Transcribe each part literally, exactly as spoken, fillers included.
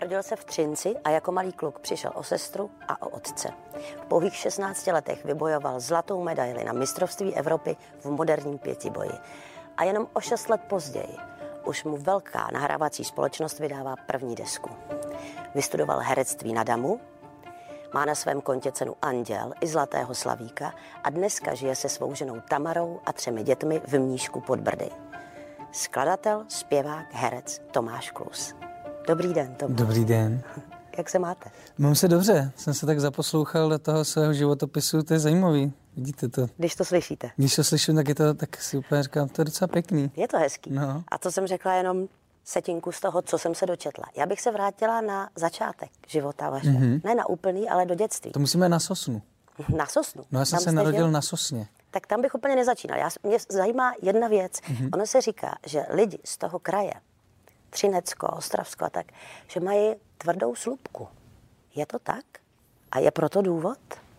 Narodil se v Třinci a jako malý kluk přišel o sestru a o otce. V pouhých šestnácti letech vybojoval zlatou medaili na mistrovství Evropy v moderním pětiboji. A jenom o šest let později už mu velká nahrávací společnost vydává první desku. Vystudoval herectví na Damu, má na svém kontě cenu Anděl i Zlatého slavíka a dneska žije se svou ženou Tamarou a třemi dětmi v Mníšku pod Brdy. Skladatel, zpěvák, herec Tomáš Klus. Dobrý den, Tomáš. Dobrý den. Jak se máte? Mám se dobře, jsem se tak zaposlouchal do toho svého životopisu, to je zajímavý, vidíte to. Když to slyšíte. Když to slyším, tak je to, tak si úplně říkám, to je docela pěkný. Je to hezký. No. A to jsem řekla jenom setinku z toho, co jsem se dočetla. Já bych se vrátila na začátek života vaše. Mm-hmm. Ne na úplný, ale do dětství. To musíme na Sosnu. Na Sosnu? No já jsem tam se narodil žil? na Sosně. Tak tam bych úplně nezačínal. Já, mě zajímá jedna věc. Mm-hmm. Ono se říká, že lidi z toho kraje, Třinecko, Ostravsko a tak, že mají tvrdou slupku. Je to tak? A je proto důvod?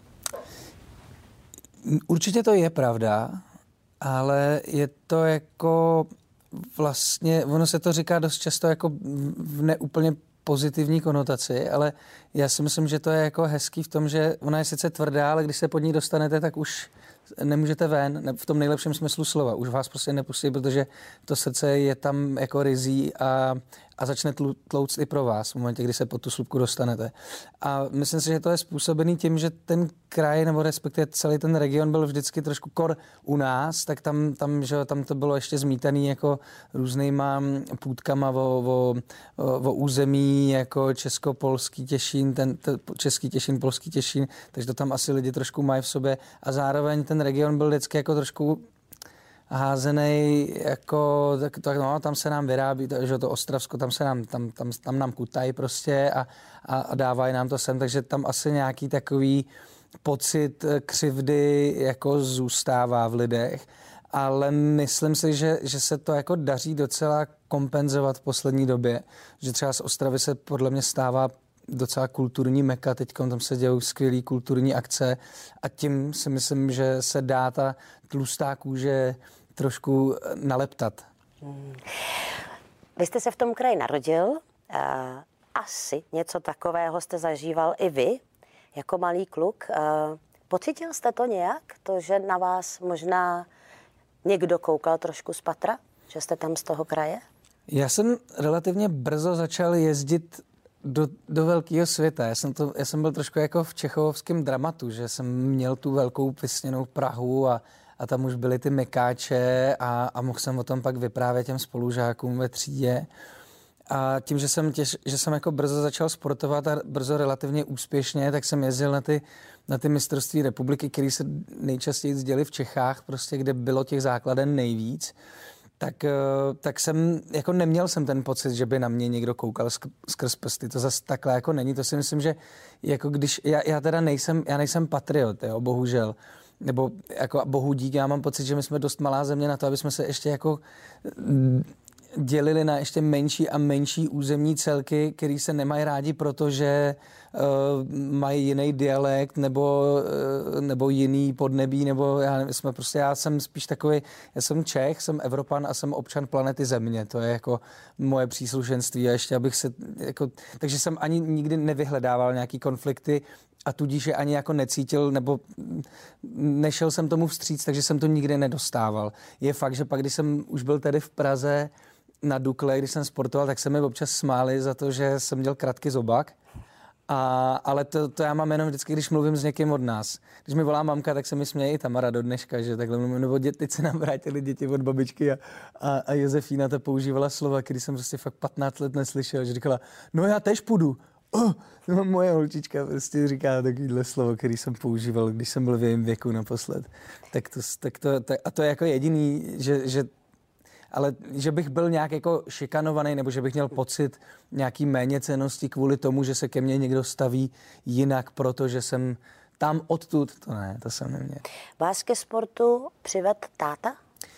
Určitě to je pravda, ale je to jako vlastně, ono se to říká dost často jako v neúplně pozitivní konotaci, ale já si myslím, že to je jako hezký v tom, že ona je sice tvrdá, ale když se pod ní dostanete, tak už nemůžete ven, v tom nejlepším smyslu slova. Už vás prostě nepustí, protože to srdce je tam jako rizí a, a začne tlouct i pro vás v momentě, kdy se pod tu slupku dostanete. A myslím si, že to je způsobený tím, že ten kraj, nebo respektive celý ten region byl vždycky trošku kor u nás, tak tam, tam, že, tam to bylo ještě zmítaný jako různýma půdkama o, o, o území, jako Česko-Polský Těšín, ten, ten Český Těšín, Polský Těšín, takže to tam asi lidi trošku mají v sobě a zároveň ten region byl vždycky jako trošku házený, jako, tak, tak, no, tam se nám vyrábí, to, že to Ostravsko, tam se nám, tam, tam, tam nám kutají prostě a, a, a dávají nám to sem, takže tam asi nějaký takový pocit křivdy jako zůstává v lidech, ale myslím si, že, že se to jako daří docela kompenzovat v poslední době, že třeba z Ostravy se podle mě stává docela kulturní meka, teď tam se dějou skvělý kulturní akce a tím si myslím, že se dá ta tlustá kůže trošku naleptat. Hmm. Vy jste se v tom kraji narodil, uh, asi něco takového jste zažíval i vy, jako malý kluk. Uh, pocítil jste to nějak, to, že na vás možná někdo koukal trošku z patra, že jste tam z toho kraje? Já jsem relativně brzo začal jezdit do, do velkého světa. Já jsem, to, já jsem byl trošku jako v čechovském dramatu, že jsem měl tu velkou vysněnou Prahu a, a tam už byly ty mekáče a, a mohl jsem o tom pak vyprávět těm spolužákům ve třídě. A tím, že jsem, těž, že jsem jako brzo začal sportovat a brzo relativně úspěšně, tak jsem jezdil na ty, na ty mistrovství republiky, které se nejčastěji děly v Čechách, prostě, kde bylo těch základen nejvíc. Tak, tak jsem, jako neměl jsem ten pocit, že by na mě někdo koukal sk- skrz prsty. To zase takhle jako není. To si myslím, že jako když, já, já teda nejsem, já nejsem patriot, jo, bohužel. Nebo jako bohu dík, já mám pocit, že my jsme dost malá země na to, aby jsme se ještě jako dělili na ještě menší a menší územní celky, který se nemají rádi, protože uh, mají jiný dialekt nebo, uh, nebo jiný podnebí, nebo já nevím, jsme prostě, já jsem spíš takový, já jsem Čech, jsem Evropan a jsem občan planety Země, to je jako moje příslušenství a ještě abych se, jako, takže jsem ani nikdy nevyhledával nějaký konflikty a tudíž je ani jako necítil, nebo nešel jsem tomu vstříc, takže jsem to nikdy nedostával. Je fakt, že pak, když jsem už byl tady v Praze na Dukle, když jsem sportoval, tak se mi občas smáli za to, že jsem měl kratký zobák. A, ale to, to já mám jenom vždycky, když mluvím s někým od nás. Když mi volá mamka, tak se mi směje i Tamara do dneška, že takhle mluvím, nebo dě, teď se nám vrátili děti od babičky a, a, a Josefína to používala slova, který jsem prostě fakt patnáct let neslyšel, že říkala, no já tež půjdu. Oh, no, moje holčička prostě říká takovýhle slovo, který jsem používal, když jsem byl v jejím věku naposled. Tak to, tak to, tak, a to je jako jediný, že, že ale že bych byl nějak jako šikanovaný, nebo že bych měl pocit nějaký méněcennosti kvůli tomu, že se ke mně někdo staví jinak, protože jsem tam odtud, to ne, to jsem neměl. Vás ke sportu přived táta?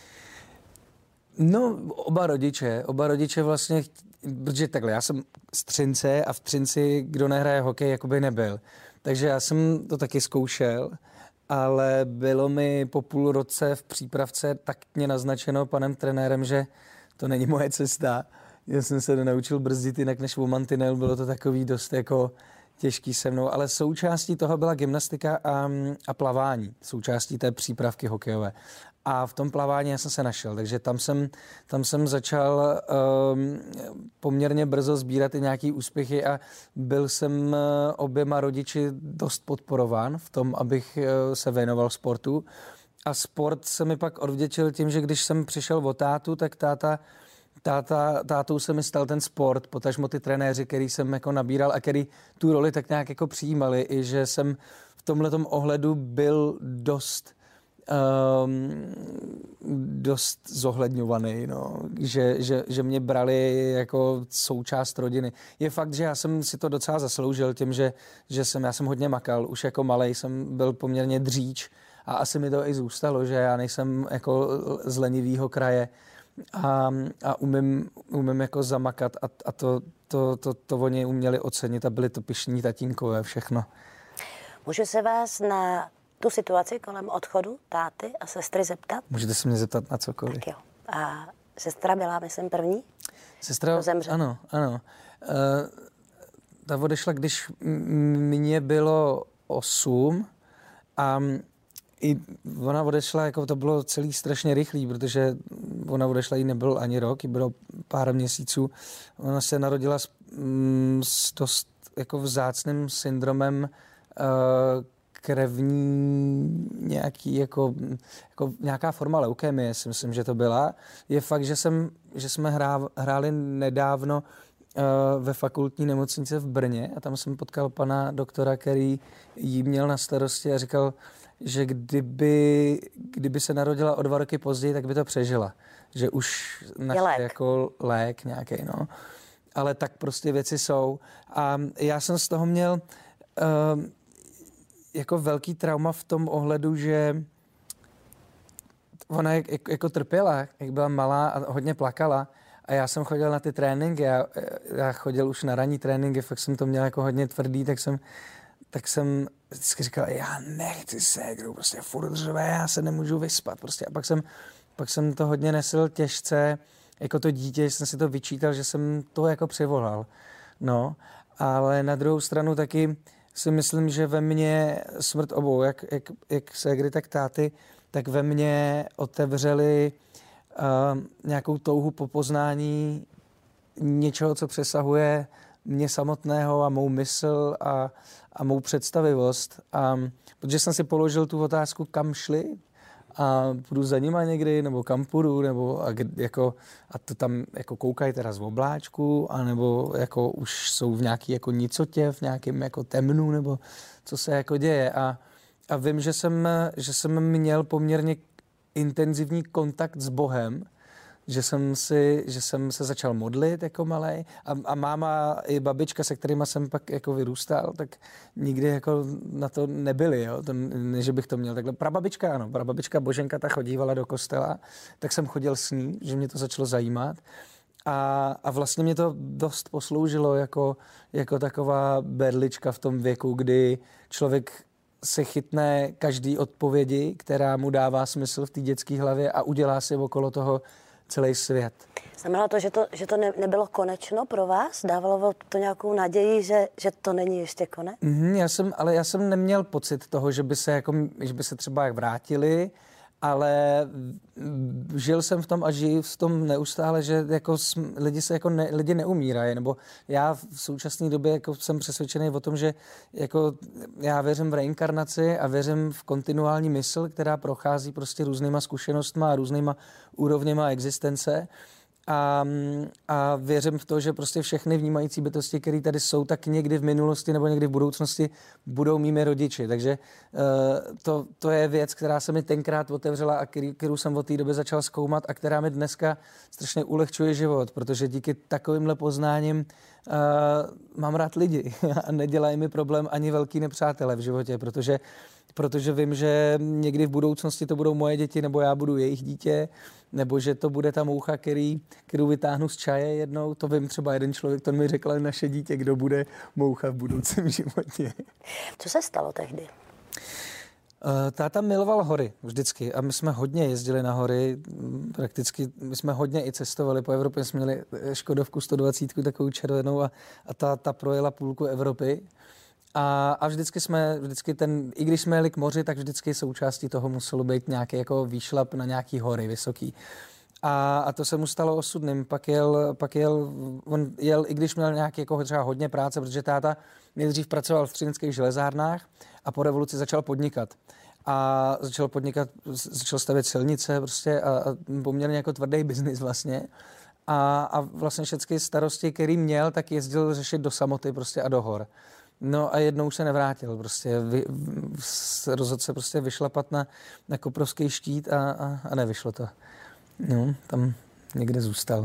No, oba rodiče, oba rodiče vlastně, protože takhle, já jsem z Třince a v Třinci, kdo nehraje hokej, jakoby nebyl. Takže já jsem to taky zkoušel, ale bylo mi po půl roce v přípravce tak mě naznačeno panem trenérem, že to není moje cesta, já jsem se naučil brzdit jinak než o mantinel, bylo to takový dost jako těžký se mnou, ale součástí toho byla gymnastika a, a plavání, součástí té přípravky hokejové. A v tom plavání já jsem se našel, takže tam jsem, tam jsem začal um, poměrně brzo sbírat i nějaký úspěchy a byl jsem oběma rodiči dost podporován v tom, abych se věnoval sportu. A sport se mi pak odvděčil tím, že když jsem přišel od tátu, tak táta Táta, tátou se mi stal ten sport, potažmo ty trenéři, který jsem jako nabíral a který tu roli tak nějak jako přijímali, i že jsem v tomhletom ohledu byl dost um, dost zohledňovaný, no. že, že, že mě brali jako součást rodiny. Je fakt, že já jsem si to docela zasloužil tím, že, že jsem, já jsem hodně makal, už jako malej jsem byl poměrně dříč a asi mi to i zůstalo, že já nejsem jako z lenivýho kraje, A, a umím, umím jako zamakat a, a to, to, to, to oni uměli ocenit a byli to pyšní tatínkové všechno. Můžu se vás na tu situaci kolem odchodu táty a sestry zeptat? Můžete se mě zeptat na cokoliv. Tak jo. A sestra byla, myslím, první? Sestra, ano, ano. E, ta odešla, když mně bylo osm a i ona odešla, jako to bylo celý strašně rychlý, protože ona odešla, jí nebyl ani rok, jí bylo pár měsíců. Ona se narodila s, mm, s dost jako vzácným syndromem uh, krevní nějaký, jako, jako nějaká forma leukémie, si myslím, že to byla. Je fakt, že, jsem, že jsme hrá, hráli nedávno uh, ve fakultní nemocnici v Brně a tam jsem potkal pana doktora, který jí měl na starosti a říkal, že kdyby, kdyby se narodila o dva roky později, tak by to přežila. Že už našli jako lék nějaký, no. Ale tak prostě věci jsou. A já jsem z toho měl uh, jako velký trauma v tom ohledu, že ona jak, jako trpěla, jak byla malá a hodně plakala. A já jsem chodil na ty tréninky, já, já chodil už na ranní tréninky, fakt jsem to měl jako hodně tvrdý, tak jsem tak jsem vždycky říkal, já nechci ségru, prostě furt řve, já se nemůžu vyspat. Prostě. A pak jsem, pak jsem to hodně nesl těžce, jako to dítě, jsem si to vyčítal, že jsem to jako přivolal. No, ale na druhou stranu taky si myslím, že ve mně smrt obou, jak, jak, jak ségry, tak táty, tak ve mně otevřeli uh, nějakou touhu po poznání něčeho, co přesahuje mě samotného a mou mysl a, a mou představivost. A, protože jsem si položil tu otázku, kam šli a půjdu za nima někdy, nebo kam půjdu, nebo a, jako, a to tam jako koukají teda z obláčku, anebo jako už jsou v nějaký jako nicotě, v nějakém jako temnu, nebo co se jako děje. A, a vím, že jsem, že jsem měl poměrně intenzivní kontakt s Bohem, že jsem, si, že jsem se začal modlit jako malej a, a máma i babička, se kterýma jsem pak jako vyrůstal, tak nikdy jako na to nebyli, jo? To, ne, že bych to měl takhle. Prababička, ano, prababička Boženka, ta chodívala do kostela, tak jsem chodil s ní, že mě to začalo zajímat a, a vlastně mě to dost posloužilo jako, jako taková berlička v tom věku, kdy člověk se chytne každý odpovědi, která mu dává smysl v té dětské hlavě a udělá si okolo toho celý svět. Znamenalo to, že to, že to ne, nebylo konečno pro vás? Dávalo to nějakou naději, že, že to není ještě konec? Mm, já jsem, ale já jsem neměl pocit toho, že by se, jako, že by se třeba jak vrátili, ale žil jsem v tom a žiju v tom neustále, že jako lidi se jako ne, lidi neumírají, nebo já v současné době jako jsem přesvědčený o tom, že jako já věřím v reinkarnaci a věřím v kontinuální mysl, která prochází prostě různýma zkušenostma a různýma úrovněma existence. A, a věřím v to, že prostě všechny vnímající bytosti, které tady jsou, tak někdy v minulosti nebo někdy v budoucnosti budou mými rodiči. Takže uh, to, to je věc, která se mi tenkrát otevřela a který, kterou jsem od té doby začal zkoumat a která mi dneska strašně ulehčuje život, protože díky takovýmhle poznáním uh, mám rád lidi a nedělají mi problém ani velký nepřátelé v životě, protože protože vím, že někdy v budoucnosti to budou moje děti, nebo já budu jejich dítě, nebo že to bude ta moucha, který, kterou vytáhnu z čaje jednou. To vím třeba jeden člověk, to mi řekl naše dítě, kdo bude moucha v budoucím životě. Co se stalo tehdy? Táta miloval hory vždycky a my jsme hodně jezdili na hory, prakticky my jsme hodně i cestovali po Evropě, jsme měli Škodovku sto dvacet, takovou červenou a, a ta, ta projela půlku Evropy a, a vždycky jsme, vždycky ten, i když jsme jeli k moři, tak vždycky součástí toho muselo být nějaký jako výšlap na nějaký hory vysoký. A, a to se mu stalo osudným. Pak jel, pak jel, on jel, i když měl nějaký jako třeba hodně práce, protože táta nejdřív pracoval v třineckých železárnách a po revoluci začal podnikat. A začal podnikat, začal stavět silnice prostě a, a poměrně jako tvrdý biznis vlastně. A, a vlastně všechny starosti, který měl, tak jezdil řešit do samoty prostě a do hor. No a jednou se nevrátil, prostě vy, rozhodl se prostě vyšlapat na, na Koprovský štít a, a, a nevyšlo to. No, tam někde zůstal.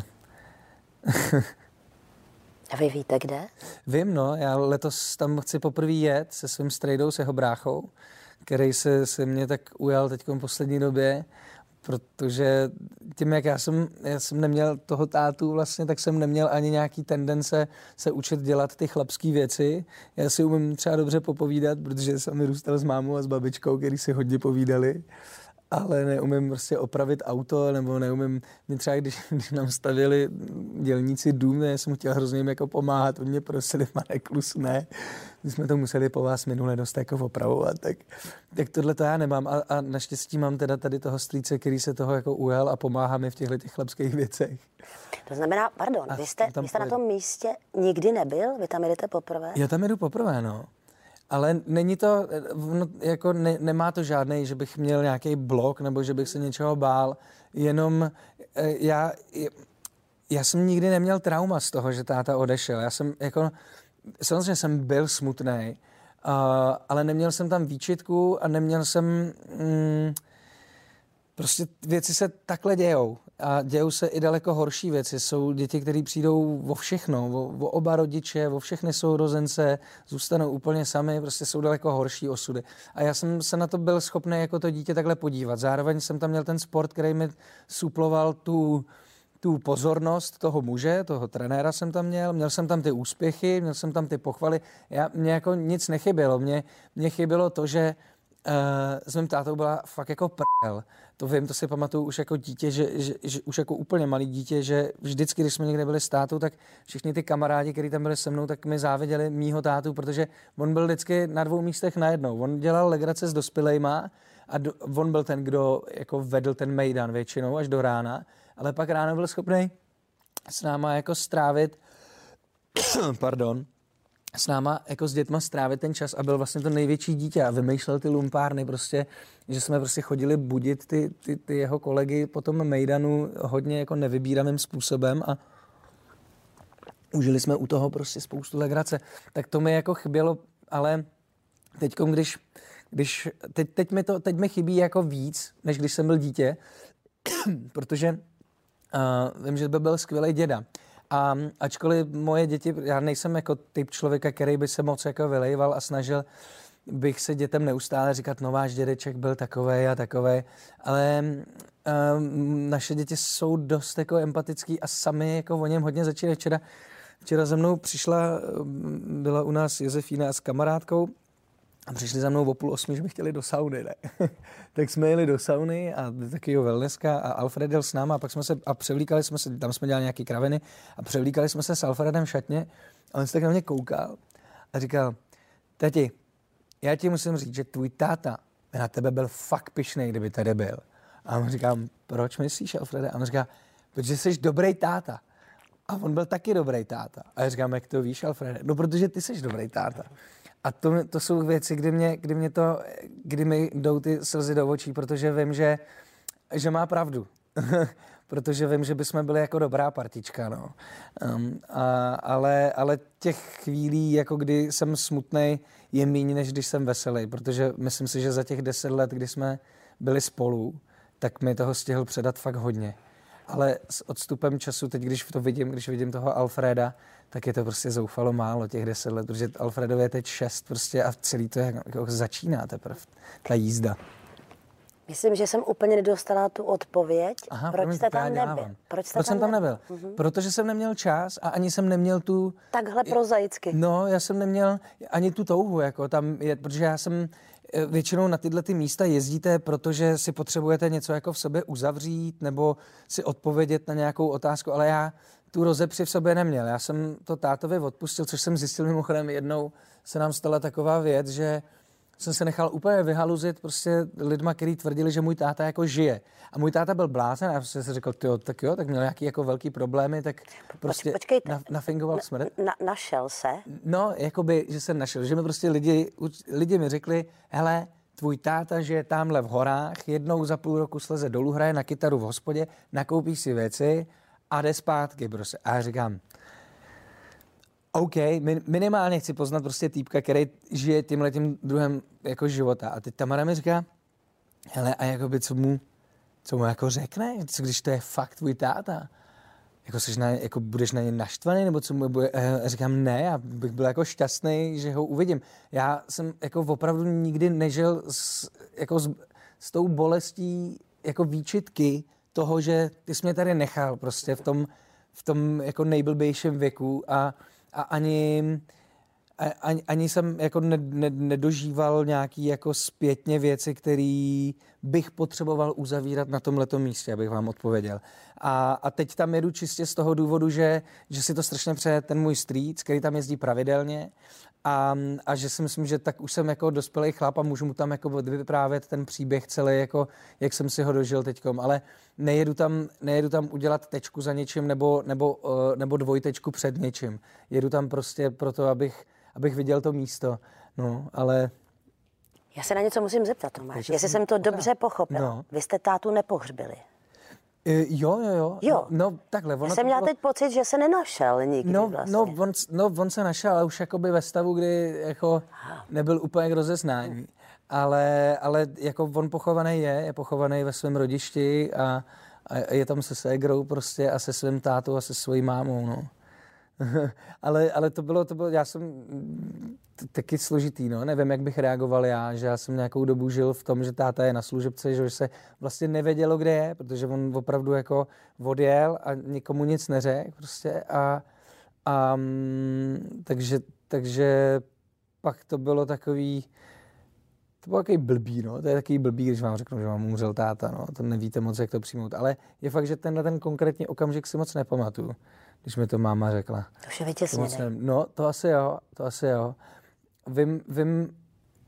A vy víte, kde? Vím, no. Já letos tam chci poprvé jet se svým strejdou, s jeho bráchou, který se, se mě tak ujal teď v poslední době, protože tím, jak já jsem, já jsem neměl toho tátu vlastně, tak jsem neměl ani nějaký tendence se učit dělat ty chlapský věci. Já si umím třeba dobře popovídat, protože jsem vyrůstal s mámou a s babičkou, který si hodně povídali. Ale neumím prostě opravit auto, nebo neumím, mě třeba když, když nám stavěli dělníci dům, já jsem chtěl hrozně jim jako pomáhat, oni mě prosili, Marek Klus, ne, my jsme to museli po vás minule dost jako opravovat, tak, tak tohle to já nemám a, a naštěstí mám teda tady toho strýce, který se toho jako ujal a pomáhá mi v těchto těch chlapských věcech. To znamená, pardon, vy jste, vy jste na tom místě nikdy nebyl? Vy tam jdete poprvé? Já tam jdu poprvé, no. Ale není to, no, jako ne, nemá to žádnej, že bych měl nějaký blok nebo že bych se něčeho bál, jenom já, já jsem nikdy neměl trauma z toho, že táta odešel. Já jsem jako, samozřejmě jsem byl smutnej, uh, ale neměl jsem tam výčitku a neměl jsem, mm, prostě věci se takhle dějou a dějou se i daleko horší věci. Jsou děti, které přijdou o všechno, o, o oba rodiče, o všechny sourozence, zůstanou úplně sami, prostě jsou daleko horší osudy. A já jsem se na to byl schopný jako to dítě takhle podívat. Zároveň jsem tam měl ten sport, který mi suploval tu, tu pozornost toho muže, toho trenéra jsem tam měl, měl jsem tam ty úspěchy, měl jsem tam ty pochvaly. Já, mně jako nic nechybělo. Mně, mně chybělo to, že Uh, s mým tátou byla fakt jako prdel. To vím, to si pamatuju už jako dítě, že, že, že už jako úplně malý dítě, že vždycky, když jsme někde byli s tátou, tak všichni ty kamarádi, kteří tam byli se mnou, tak mi záviděli mýho tátu, protože on byl vždycky na dvou místech najednou. On dělal legrace s dospělejma a do, on byl ten, kdo jako vedl ten mejdan většinou až do rána, ale pak ráno byl schopný s náma jako strávit pardon, s náma jako s dětma strávit ten čas a byl vlastně to největší dítě a vymýšlel ty lumpárny prostě, že jsme prostě chodili budit ty, ty, ty jeho kolegy po tom mejdanu hodně jako nevybíraným způsobem a užili jsme u toho prostě spoustu legrace. Tak to mi jako chybělo, ale teďkom, když, když teď, teď, mi to, teď mi chybí jako víc, než když jsem byl dítě, protože uh, vím, že by byl skvělý děda. A ačkoliv moje děti, já nejsem jako typ člověka, který by se moc jako vylejval a snažil bych se dětem neustále říkat, no váš dědeček byl takovej a takovej, ale um, naše děti jsou dost jako empatický a sami jako o něm hodně začínají. Včera, včera za mnou přišla, byla u nás Josefína s kamarádkou a přišli za mnou o půl osmi, že by chtěli do sauny, ne? Tak jsme jeli do sauny a do takového wellnesska a Alfred jel s náma a pak jsme se, a převlíkali jsme se, tam jsme dělali nějaký kraviny a převlíkali jsme se s Alfredem v šatně a on se tak na mě koukal a říkal, tati, já ti musím říct, že tvůj táta na tebe byl fakt pyšnej, kdyby tady byl. A on říká, proč myslíš, Alfrede? A on říká, protože jsi dobrý táta. A on byl taky dobrý táta. A já říkám, jak to víš, Alfrede? No, protože ty jsi dobrý táta. A to, to jsou věci, kdy mě, kdy mě to, kdy mi jdou ty slzy do očí, protože vím, že, že má pravdu. Protože vím, že bychom byli jako dobrá partička, no. Um, a, ale, ale těch chvílí, jako kdy jsem smutnej, je míň, než když jsem veselý, protože myslím si, že za těch deset let, kdy jsme byli spolu, tak mi toho stihl předat fakt hodně. Ale s odstupem času, teď když to vidím, když vidím toho Alfreda, tak je to prostě zoufalo málo těch deset let, protože Alfredovi je teď šest prostě a celý to jako začíná teprve, ta jízda. Myslím, že jsem úplně nedostala tu odpověď. Aha, proč jste tam nebyl? Proč, Proč jsem tam nebyl? nebyl? Protože jsem neměl čas a ani jsem neměl tu... Takhle prozaicky. No, já jsem neměl ani tu touhu, jako tam je, protože já jsem většinou na tyhle ty místa jezdíte, protože si potřebujete něco jako v sobě uzavřít nebo si odpovědět na nějakou otázku, ale já tu rozepři v sobě neměl. Já jsem to tátovi odpustil, což jsem zjistil mimochodem jednou, se nám stala taková věc, že jsem se nechal úplně vyhaluzit prostě lidma, kteří tvrdili, že můj táta jako žije. A můj táta byl blázen a já jsem si řekl, tyjo, tak jo, tak měl nějaký jako velký problémy, tak prostě Počkejte, na, nafingoval smrt. Na, našel se? No, jakoby, že jsem našel, že mi prostě lidi, lidi mi řekli, hele, tvůj táta žije tamhle v horách, jednou za půl roku sleze dolů, hraje na kytaru v hospodě, nakoupí si věci a jde zpátky prostě. A já říkám, OK, minimálně chci poznat prostě týpka, který žije tímhletím druhem jako života. A teď Tamara mi říká, hele, a jakoby co mu, co mu jako řekne, co když to je fakt tvůj táta? Jako, jsi na, jako budeš na ně naštvaný, nebo co mu bude? A říkám, ne, já bych byl jako šťastný, že ho uvidím. Já jsem jako opravdu nikdy nežil s, jako s, s tou bolestí jako výčitky toho, že ty jsi mě tady nechal prostě v tom, v tom jako nejblbějším věku a A ani, ani, ani jsem jako ne, ne, nedožíval nějaký jako zpětně věci, které bych potřeboval uzavírat na tomhletom místě, abych vám odpověděl. A, a teď tam jedu čistě z toho důvodu, že, že si to strašně přeje ten můj strýc, který tam jezdí pravidelně a, a že si myslím, že tak už jsem jako dospělý chlap a můžu mu tam jako vyprávět ten příběh celý, jako jak jsem si ho dožil teďkom, ale nejedu tam, nejedu tam udělat tečku za něčím nebo, nebo, nebo dvojtečku před něčím. Jedu tam prostě proto, abych, abych viděl to místo, no, ale... Já se na něco musím zeptat, Tomáš, jestli jsem to dobře pochopil. No. Vy jste tátu nepohřbili. Jo, jo, jo. jo. No, no takhle. Já jsem měla bylo... teď pocit, že se nenašel nikdy no, vlastně. No on, no, on se našel, ale už jakoby ve stavu, kdy jako nebyl úplně k rozeznání. Ale, ale jako on pochovaný je, je pochovaný ve svém rodišti a, a je tam se ségrou prostě a se svým tátou a se svojí mámou, no. ale, ale to bylo, to bylo, já jsem t- taky složitý, no, nevím, jak bych reagoval já, že já jsem nějakou dobu žil v tom, že táta je na služebce, že se vlastně nevědělo, kde je, protože on opravdu jako odjel a nikomu nic neřekl prostě a, a m, takže, takže pak to bylo takový, to bylo takový blbý, no, to je takový blbý, když vám řeknu, že vám umřel táta, no, to nevíte moc, jak to přijmout, ale je fakt, že tenhle ten konkrétní okamžik si moc nepamatuju. Když mi to máma řekla. To už je vytěsněné. No, to asi jo, to asi jo. Vím, vím,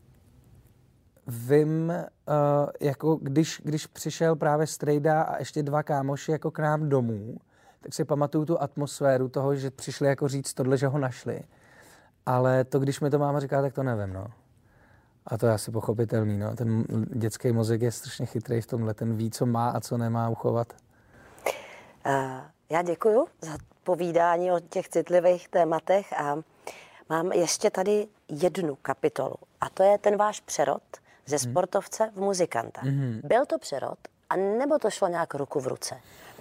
vím, uh, jako když, když přišel právě Strejda a ještě dva kámoši jako k nám domů, tak si pamatuju tu atmosféru toho, že přišli jako říct tohle, že ho našli. Ale to, když mi to máma říká, tak to nevím, no. A to je asi pochopitelný, no. Ten dětský mozek je strašně chytrý v tomhle, ten ví, co má a co nemá uchovat. Uh, já děkuju za povídání o těch citlivých tématech a mám ještě tady jednu kapitolu a to je ten váš přerod ze sportovce v muzikanta. Mm-hmm. Byl to přerod a nebo to šlo nějak ruku v ruce?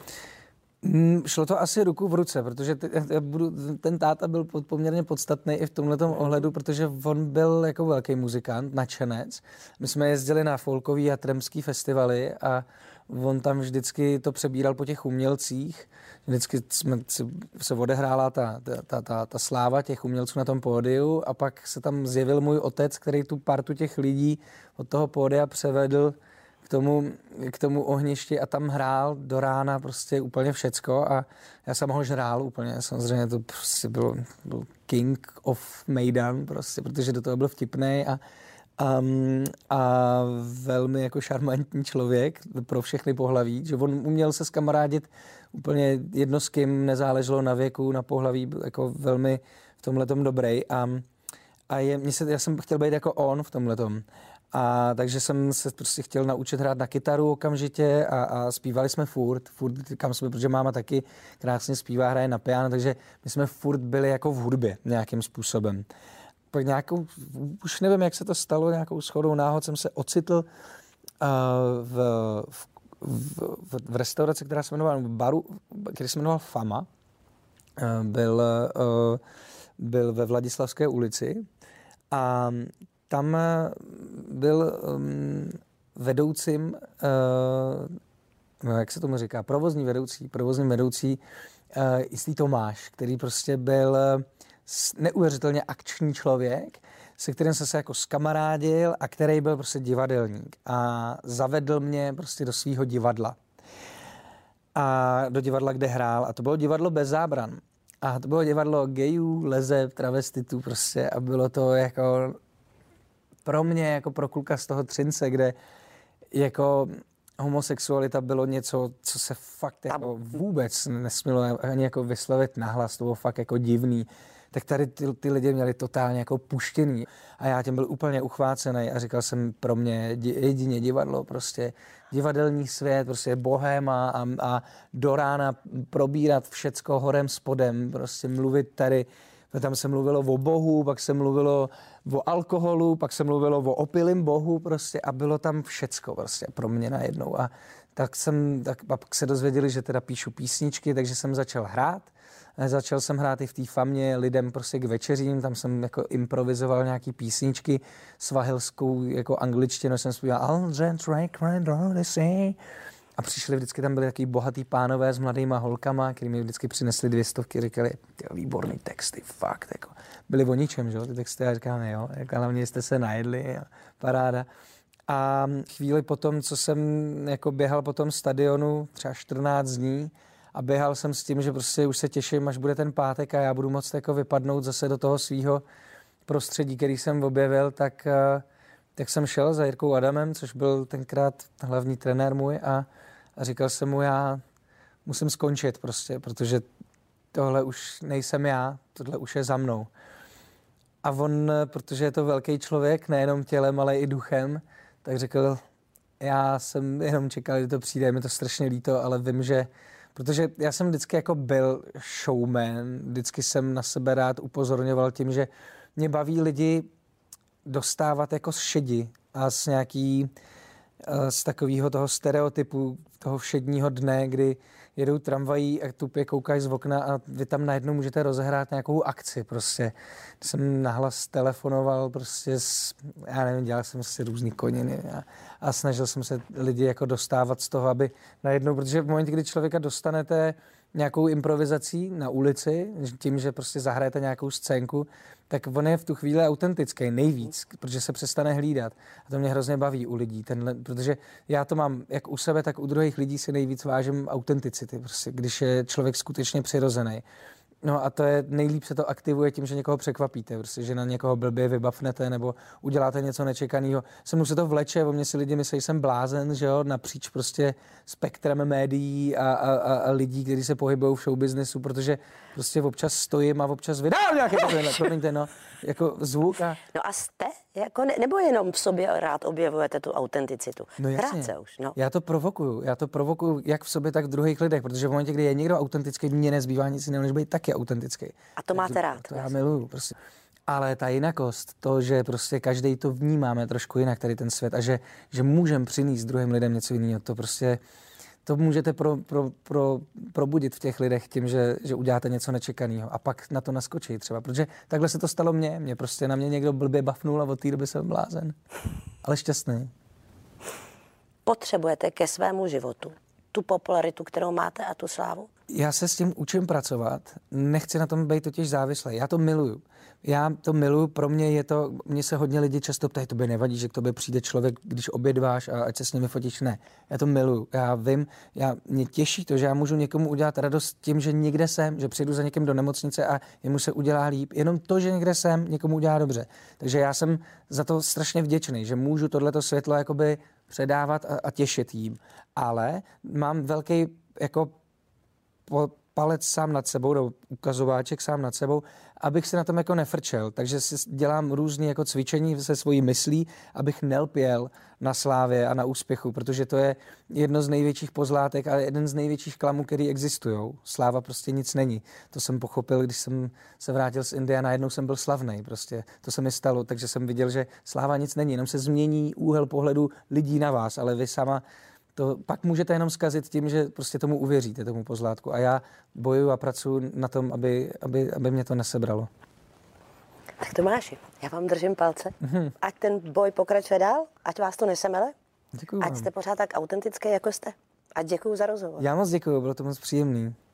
Mm, šlo to asi ruku v ruce, protože t- já budu, ten táta byl pod, poměrně podstatný i v tomhletom ohledu, protože on byl jako velký muzikant, nadšenec. My jsme jezdili na folkový a trampský festivaly a on tam vždycky to přebíral po těch umělcích. Vždycky jsme, se odehrála ta, ta, ta, ta sláva těch umělců na tom pódiu a pak se tam zjevil můj otec, který tu partu těch lidí od toho pódia převedl k tomu, k tomu ohništi a tam hrál do rána prostě úplně všecko a já jsem ho žrál úplně, samozřejmě to prostě byl, byl king of Mejdan prostě, protože do toho byl vtipnej a, a, a velmi jako šarmantní člověk pro všechny pohlaví, že on uměl se skamarádit úplně jedno s kým, nezáleželo na věku, na pohlaví, byl jako velmi v tomhletom dobrý a, a je, mě se, já jsem chtěl být jako on v tomhletom. A takže jsem se prostě chtěl naučit hrát na kytaru okamžitě a, a zpívali jsme furt, furt kam jsme, protože máma taky krásně zpívá, hraje na piano, takže my jsme furt byli jako v hudbě nějakým způsobem. Pak nějakou, už nevím, jak se to stalo, nějakou shodou náhod jsem se ocitl uh, v, v, v, v restauraci, která se jmenovala, v baru, který se jmenoval Fama, uh, byl, uh, byl ve Vladislavské ulici a tam byl um, vedoucím, uh, no, jak se tomu říká, provozní vedoucí, provozní vedoucí uh, jistý Tomáš, který prostě byl neuvěřitelně akční člověk, se kterým jsem se jako skamarádil a který byl prostě divadelník a zavedl mě prostě do svého divadla. A do divadla, kde hrál. A to bylo divadlo Bez zábran. A to bylo divadlo gejů, lezeb, travestitů prostě a bylo to jako pro mě, jako pro kluka z toho Třince, kde jako homosexualita bylo něco, co se fakt jako vůbec nesmělo ani jako vyslovit nahlas, to bylo fakt jako divný. Tak tady ty, ty lidi měli totálně jako puštěný a já tím byl úplně uchvácený a říkal jsem pro mě jedině divadlo, prostě divadelní svět, prostě bohéma a, a do rána probírat všecko horem spodem, prostě mluvit tady, tam se mluvilo o Bohu, pak se mluvilo o alkoholu, pak se mluvilo o opilým Bohu prostě a bylo tam všecko prostě pro mě najednou a tak jsem, tak pak se dozvěděli, že teda píšu písničky, takže jsem začal hrát. Začal jsem hrát i v té famě lidem prostě k večeřím, tam jsem jako improvizoval nějaký písničky svahilskou jako angličtinu, jsem zpíval a přišli vždycky, tam byli takový bohatý pánové s mladýma holkama, který mi vždycky přinesli dvě stovky, říkali, výborný texty, fakt, jako, byli o ničem, že? Ty texty, já říkám, jo, jako, hlavně jste se najedli, jo, paráda. A chvíli potom, co jsem jako běhal po tom stadionu, třeba čtrnáct dní, a běhal jsem s tím, že prostě už se těším, až bude ten pátek a já budu moct jako vypadnout zase do toho svého prostředí, který jsem objevil, tak, tak jsem šel za Jirkou Adamem, což byl tenkrát hlavní trenér můj a, a říkal jsem mu, já musím skončit prostě, protože tohle už nejsem já, tohle už je za mnou. A on, protože je to velký člověk, nejenom tělem, ale i duchem, tak řekl, já jsem jenom čekal, že to přijde, mi to strašně líto, ale vím, že protože já jsem vždycky jako byl showman, vždycky jsem na sebe rád upozorňoval tím, že mě baví lidi dostávat jako z šedi a z nějaký, z takového toho stereotypu, toho všedního dne, kdy jedou tramvají a tupě koukají z okna a vy tam najednou můžete rozehrát nějakou akci prostě. Jsem nahlas telefonoval prostě, s, já nevím, dělal jsem si různý koniny a, a snažil jsem se lidi jako dostávat z toho, aby najednou, protože v momentě, kdy člověka dostanete nějakou improvizací na ulici, tím, že prostě zahrajete nějakou scénku, tak on je v tu chvíli autentický nejvíc, protože se přestane hlídat. A to mě hrozně baví u lidí, tenhle, protože já to mám jak u sebe, tak u druhých lidí si nejvíc vážím autenticity, prostě, když je člověk skutečně přirozený. No a to je, nejlíp se to aktivuje tím, že někoho překvapíte, prostě, že na někoho blbě vybavnete nebo uděláte něco nečekaného. Se mu se to vleče, o mě si lidi myslí, že jsem blázen, že jo, napříč prostě spektrem médií a, a, a, a lidí, kteří se pohybují v showbiznesu, protože prostě občas stojím a občas vydám nějaké promiňte, no, jako zvuk a... No a jste? Jako ne, nebo jenom v sobě rád objevujete tu autenticitu? No jasně. Krátce už, no. Já to provokuju, já to provokuju jak v sobě, tak v druhých lidech, protože v momentě, kdy je někdo autentický, mně nezbývá nic jiného, než být taky autentický. A to máte rád. To, to já miluju, prostě. Ale ta jinakost, to, že prostě každý to vnímáme trošku jinak, tady ten svět, a že, že můžeme přinést druhým lidem něco jiného, to prostě, to můžete pro, pro, pro, probudit v těch lidech tím, že, že uděláte něco nečekaného a pak na to naskočí třeba, protože takhle se to stalo mně, mě prostě na mě někdo blbě bafnul a od té doby jsem blázen, ale šťastný. Potřebujete ke svému životu tu popularitu, kterou máte a tu slávu? Já se s tím učím pracovat, nechci na tom být totiž závislý, já to miluju. Já to miluju, pro mě je to, mně se hodně lidi často ptají, tobě nevadí, že k tobě přijde člověk, když obědváš a ať se s nimi fotíš, ne. Já to miluju, já vím, já, mě těší to, že já můžu někomu udělat radost tím, že někde jsem, že přijdu za někým do nemocnice a jemu se udělá líp, jenom to, že někde jsem, někomu udělá dobře. Takže já jsem za to strašně vděčný, že můžu tohleto světlo jakoby předávat a, a těšit jím. Ale mám velký jako po, palec sám nad sebou, nebo ukazováček sám nad sebou, abych se na tom jako nefrčel. Takže si dělám různé jako cvičení se svojí myslí, abych nelpěl na slávě a na úspěchu, protože to je jedno z největších pozlátek a jeden z největších klamů, který existují. Sláva prostě nic není. To jsem pochopil, když jsem se vrátil z Indie a najednou jsem byl slavnej. Prostě to se mi stalo, takže jsem viděl, že sláva nic není, jenom se změní úhel pohledu lidí na vás, ale vy sama to pak můžete jenom zkazit tím, že prostě tomu uvěříte, tomu pozlátku. A já bojuju a pracuji na tom, aby, aby, aby mě to nesebralo. Tak Tomáši, já vám držím palce. Mm-hmm. Ať ten boj pokračuje dál, ať vás to nesemele. Děkuju Ať vám. jste pořád tak autentický, jako jste. A děkuju za rozhovor. Já moc děkuju, bylo to moc příjemný.